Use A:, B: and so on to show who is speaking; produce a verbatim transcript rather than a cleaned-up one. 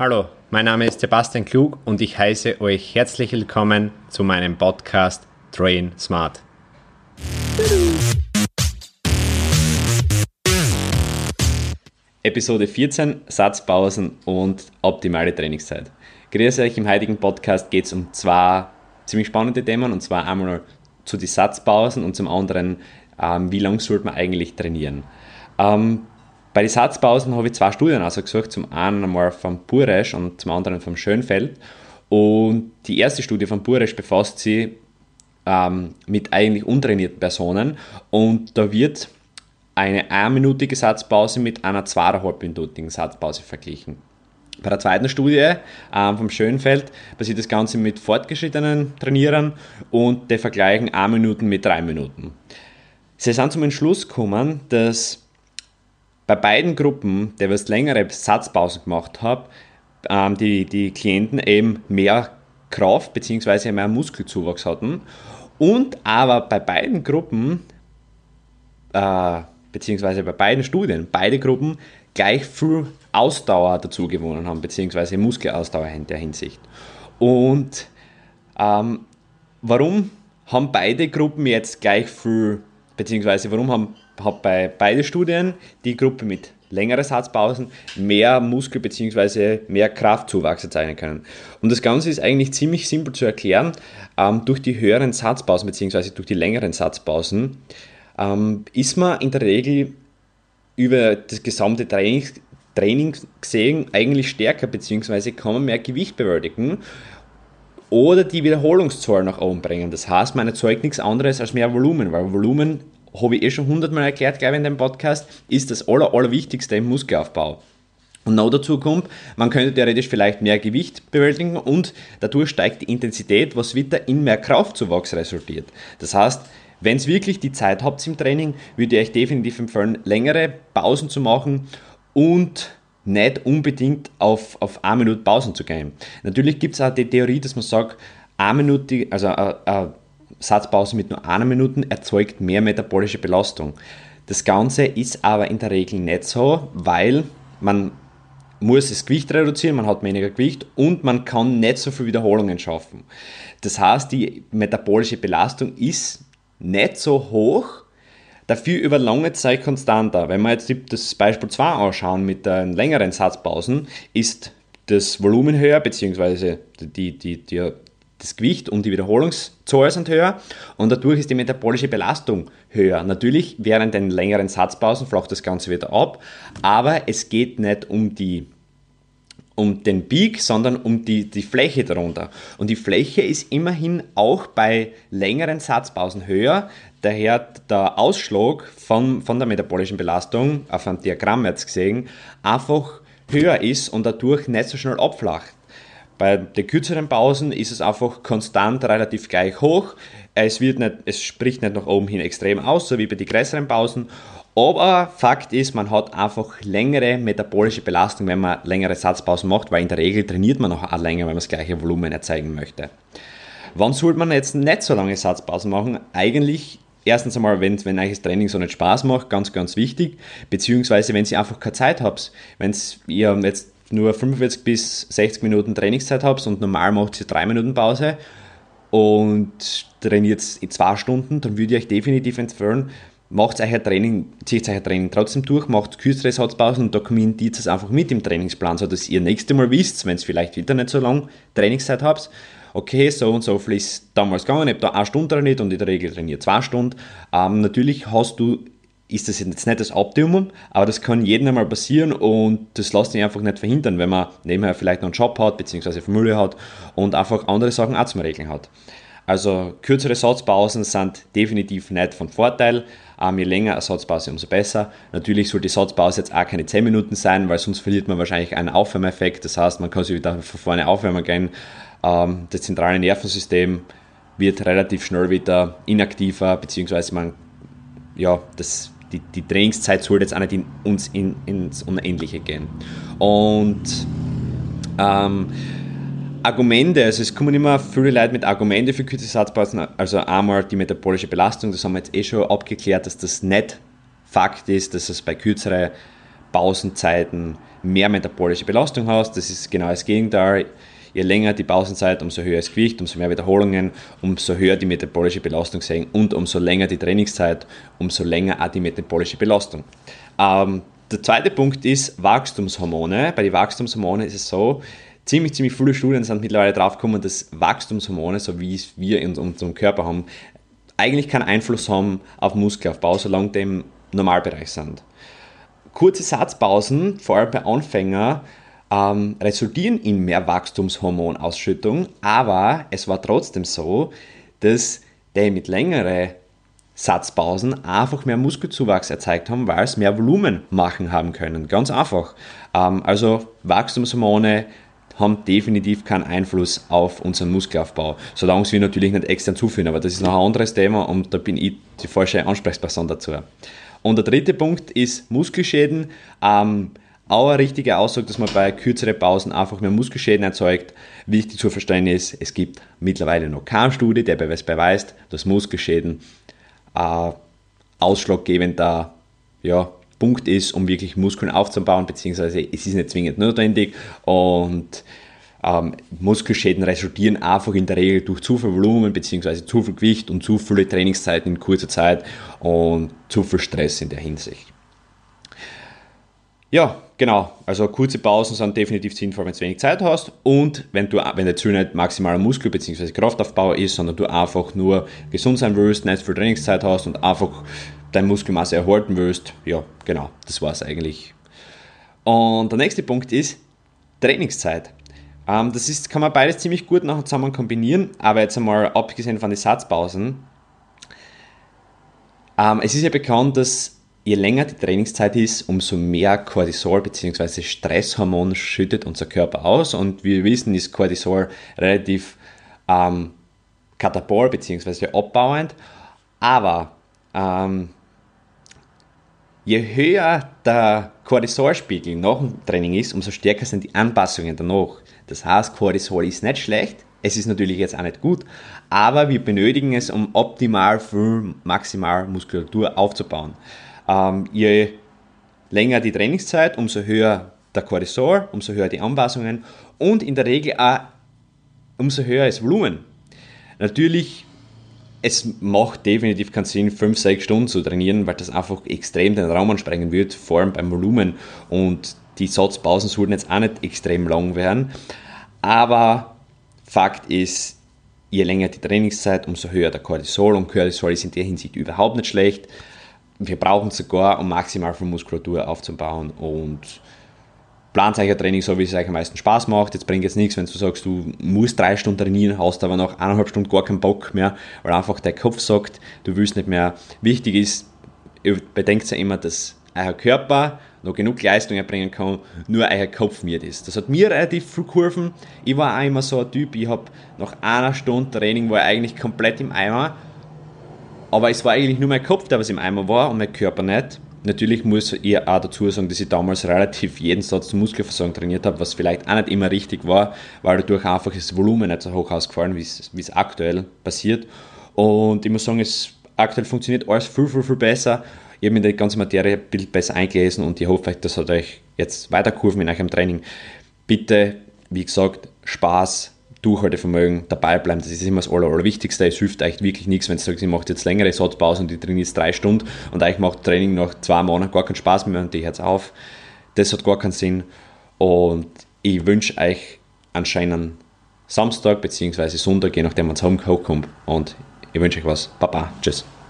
A: Hallo, mein Name ist Sebastian Klug und ich heiße euch herzlich willkommen zu meinem Podcast Train Smart. Episode vierzehn, Satzpausen und optimale Trainingszeit. Grüß euch, im heutigen Podcast geht es um zwei ziemlich spannende Themen, und zwar einmal zu den Satzpausen und zum anderen, ähm, wie lange sollte man eigentlich trainieren. Ähm, Bei den Satzpausen habe ich zwei Studien ausgesucht, zum einen einmal von Buresch und zum anderen von Schönfeld. Und die erste Studie von Buresch befasst sich ähm, mit eigentlich untrainierten Personen, und da wird eine einminütige Satzpause mit einer zweieinhalbminütigen Satzpause verglichen. Bei der zweiten Studie ähm, vom Schönfeld passiert das Ganze mit fortgeschrittenen Trainierern, und die vergleichen eine Minute mit drei Minuten. Sie sind zum Entschluss gekommen, dass bei beiden Gruppen, die was längere Satzpausen gemacht haben, ähm, die, die Klienten eben mehr Kraft bzw. mehr Muskelzuwachs hatten, und aber bei beiden Gruppen, äh, beziehungsweise bei beiden Studien, beide Gruppen gleich viel Ausdauer dazu gewonnen haben, beziehungsweise Muskelausdauer in der Hinsicht. Und ähm, warum haben beide Gruppen jetzt gleich viel, beziehungsweise warum haben hat bei beiden Studien die Gruppe mit längeren Satzpausen mehr Muskel- bzw. mehr Kraftzuwachs erzeugen können. Und das Ganze ist eigentlich ziemlich simpel zu erklären. Ähm, durch die höheren Satzpausen bzw. durch die längeren Satzpausen ähm, ist man in der Regel über das gesamte Training, Training gesehen eigentlich stärker, bzw. kann man mehr Gewicht bewältigen oder die Wiederholungszahl nach oben bringen. Das heißt, man erzeugt nichts anderes als mehr Volumen, weil Volumen, habe ich eh schon hundertmal erklärt, glaube ich, in dem Podcast, ist das aller, allerwichtigste im Muskelaufbau. Und noch dazu kommt, man könnte theoretisch vielleicht mehr Gewicht bewältigen, und dadurch steigt die Intensität, was wieder in mehr Kraftzuwachs resultiert. Das heißt, wenn ihr wirklich die Zeit habt im Training, würde ich euch definitiv empfehlen, längere Pausen zu machen und nicht unbedingt auf, auf eine Minute Pausen zu gehen. Natürlich gibt es auch die Theorie, dass man sagt, eine Minute, also eine Satzpause mit nur einer Minute erzeugt mehr metabolische Belastung. Das Ganze ist aber in der Regel nicht so, weil man muss das Gewicht reduzieren, man hat weniger Gewicht und man kann nicht so viele Wiederholungen schaffen. Das heißt, die metabolische Belastung ist nicht so hoch, dafür über lange Zeit konstanter. Wenn wir jetzt das Beispiel zwei anschauen mit den längeren Satzpausen, ist das Volumen höher, beziehungsweise die, die, die das Gewicht und die Wiederholungszahl sind höher, und dadurch ist die metabolische Belastung höher. Natürlich, während den längeren Satzpausen flacht das Ganze wieder ab, aber es geht nicht um, die, um den Peak, sondern um die, die Fläche darunter. Und die Fläche ist immerhin auch bei längeren Satzpausen höher, daher der Ausschlag von, von der metabolischen Belastung, auf einem Diagramm jetzt gesehen, einfach höher ist und dadurch nicht so schnell abflacht. Bei den kürzeren Pausen ist es einfach konstant relativ gleich hoch. Es, wird nicht, es spricht nicht nach oben hin extrem aus, so wie bei den größeren Pausen. Aber Fakt ist, man hat einfach längere metabolische Belastung, wenn man längere Satzpausen macht, weil in der Regel trainiert man auch länger, wenn man das gleiche Volumen erzeugen möchte. Wann sollte man jetzt nicht so lange Satzpausen machen? Eigentlich erstens einmal, wenn, wenn euch das Training so nicht Spaß macht, ganz, ganz wichtig. Beziehungsweise, wenn ihr einfach keine Zeit habt. Wenn ihr jetzt nur fünfundvierzig bis sechzig Minuten Trainingszeit habt und normal macht ihr drei Minuten Pause und trainiert in zwei Stunden, dann würde ich euch definitiv empfehlen, macht euer Training, zieht euer Training trotzdem durch, macht kürzere Satzpausen und dokumentiert es einfach mit im Trainingsplan, sodass ihr nächstes Mal wisst, wenn es vielleicht wieder nicht so lange Trainingszeit habt, okay, so und so viel ist damals gegangen, ich habe da eine Stunde trainiert und in der Regel trainiert zwei Stunden. Ähm, natürlich hast du ist das jetzt nicht das Optimum, aber das kann jedem einmal passieren, und das lässt sich einfach nicht verhindern, wenn man nebenher vielleicht noch einen Job hat, beziehungsweise Familie hat und einfach andere Sachen auch zum Regeln hat. Also kürzere Satzpausen sind definitiv nicht von Vorteil, ähm, je länger eine Satzpause, umso besser. Natürlich soll die Satzpause jetzt auch keine zehn Minuten sein, weil sonst verliert man wahrscheinlich einen Aufwärmeffekt, das heißt, man kann sich wieder von vorne aufwärmen gehen. Ähm, das zentrale Nervensystem wird relativ schnell wieder inaktiver, beziehungsweise man, ja, das Die, die Trainingszeit sollte jetzt auch nicht in uns in, ins Unendliche gehen. Und ähm, Argumente, also es kommen immer viele Leute mit Argumente für kurze Satzpausen, also einmal die metabolische Belastung, das haben wir jetzt eh schon abgeklärt, dass das nicht Fakt ist, dass es bei kürzeren Pausenzeiten mehr metabolische Belastung hast. Das ist genau das Gegenteil. Je länger die Pausenzeit, umso höher das Gewicht, umso mehr Wiederholungen, umso höher die metabolische Belastung sein und umso länger die Trainingszeit, umso länger auch die metabolische Belastung. Ähm, der zweite Punkt ist Wachstumshormone. Bei den Wachstumshormonen ist es so, ziemlich, ziemlich viele Studien sind mittlerweile drauf gekommen, dass Wachstumshormone, so wie es wir in unserem Körper haben, eigentlich keinen Einfluss haben auf Muskelaufbau, solange die im Normalbereich sind. Kurze Satzpausen, vor allem bei Anfängern, ähm, resultieren in mehr Wachstumshormonausschüttung, aber es war trotzdem so, dass die mit längeren Satzpausen einfach mehr Muskelzuwachs erzeugt haben, weil es mehr Volumen machen haben können. Ganz einfach. Ähm, also Wachstumshormone haben definitiv keinen Einfluss auf unseren Muskelaufbau, solange wir natürlich nicht extern zuführen, aber das ist noch ein anderes Thema und da bin ich die falsche Ansprechperson dazu. Und der dritte Punkt ist Muskelschäden. Ähm, auch eine richtige Aussage, dass man bei kürzeren Pausen einfach mehr Muskelschäden erzeugt. Wichtig zu verstehen ist, es gibt mittlerweile noch keine Studie, die beweist, dass Muskelschäden äh, ausschlaggebender ja, Punkt ist, um wirklich Muskeln aufzubauen, beziehungsweise es ist nicht zwingend notwendig und ähm, Muskelschäden resultieren einfach in der Regel durch zu viel Volumen, beziehungsweise zu viel Gewicht und zu viele Trainingszeiten in kurzer Zeit und zu viel Stress in der Hinsicht. Ja, genau, also kurze Pausen sind definitiv sinnvoll, wenn du wenig Zeit hast und wenn du, wenn der Ziel nicht maximaler Muskel- bzw. Kraftaufbau ist, sondern du einfach nur gesund sein willst, nicht viel Trainingszeit hast und einfach deine Muskelmasse erhalten willst, ja, genau, das war es eigentlich. Und der nächste Punkt ist Trainingszeit. Ähm, das ist, kann man beides ziemlich gut nachher zusammen kombinieren, aber jetzt einmal abgesehen von den Satzpausen. Ähm, es ist ja bekannt, dass je länger die Trainingszeit ist, umso mehr Cortisol bzw. Stresshormon schüttet unser Körper aus und wie wir wissen, ist Cortisol relativ ähm, katabol bzw. abbauend, aber ähm, je höher der Cortisolspiegel nach dem Training ist, umso stärker sind die Anpassungen danach. Das heißt, Cortisol ist nicht schlecht, es ist natürlich jetzt auch nicht gut, aber wir benötigen es, um optimal viel maximal Muskulatur aufzubauen. Ähm, je länger die Trainingszeit, umso höher der Cortisol, umso höher die Anpassungen und in der Regel auch umso höher das Volumen. Natürlich, es macht definitiv keinen Sinn, fünf, sechs Stunden zu trainieren, weil das einfach extrem den Raum ansprengen wird, vor allem beim Volumen und die Satzpausen sollten jetzt auch nicht extrem lang werden, aber Fakt ist, je länger die Trainingszeit, umso höher der Cortisol und Cortisol ist in der Hinsicht überhaupt nicht schlecht. Wir brauchen es sogar, um maximal viel Muskulatur aufzubauen und plant euch ein Training so, wie es euch am meisten Spaß macht. Jetzt bringt jetzt nichts, wenn du sagst, du musst drei Stunden trainieren, hast aber nach eineinhalb Stunden gar keinen Bock mehr, weil einfach dein Kopf sagt, du willst nicht mehr. Wichtig ist, ihr bedenkt ja immer, dass euer Körper noch genug Leistung erbringen kann, nur euer Kopf nicht ist. Das hat mir relativ viel geholfen. Ich war auch immer so ein Typ, ich habe nach einer Stunde Training war eigentlich komplett im Eimer, aber es war eigentlich nur mein Kopf, der was im Eimer war und mein Körper nicht. Natürlich muss ich auch dazu sagen, dass ich damals relativ jeden Satz zum Muskelversagen trainiert habe, was vielleicht auch nicht immer richtig war, weil dadurch einfach das Volumen nicht so hoch ausgefallen, wie es, wie es aktuell passiert. Und ich muss sagen, es aktuell funktioniert alles viel, viel, viel besser. Ich habe mir die ganze Materie ein bisschen besser eingelesen und ich hoffe, das hat euch jetzt weitergeholfen in eurem Training. Bitte, wie gesagt, Spaß, Durchhaltevermögen, dabei bleiben, das ist immer das Aller, Allerwichtigste. Es hilft euch wirklich nichts, wenn ihr sagt, ihr macht jetzt längere Satzpausen und ich trainiere jetzt drei Stunden und euch macht Training nach zwei Monaten gar keinen Spaß mehr und die hört auf. Das hat gar keinen Sinn und ich wünsche euch einen schönen Samstag bzw. Sonntag, je nachdem wann es hochkommt und ich wünsche euch was. Baba, tschüss.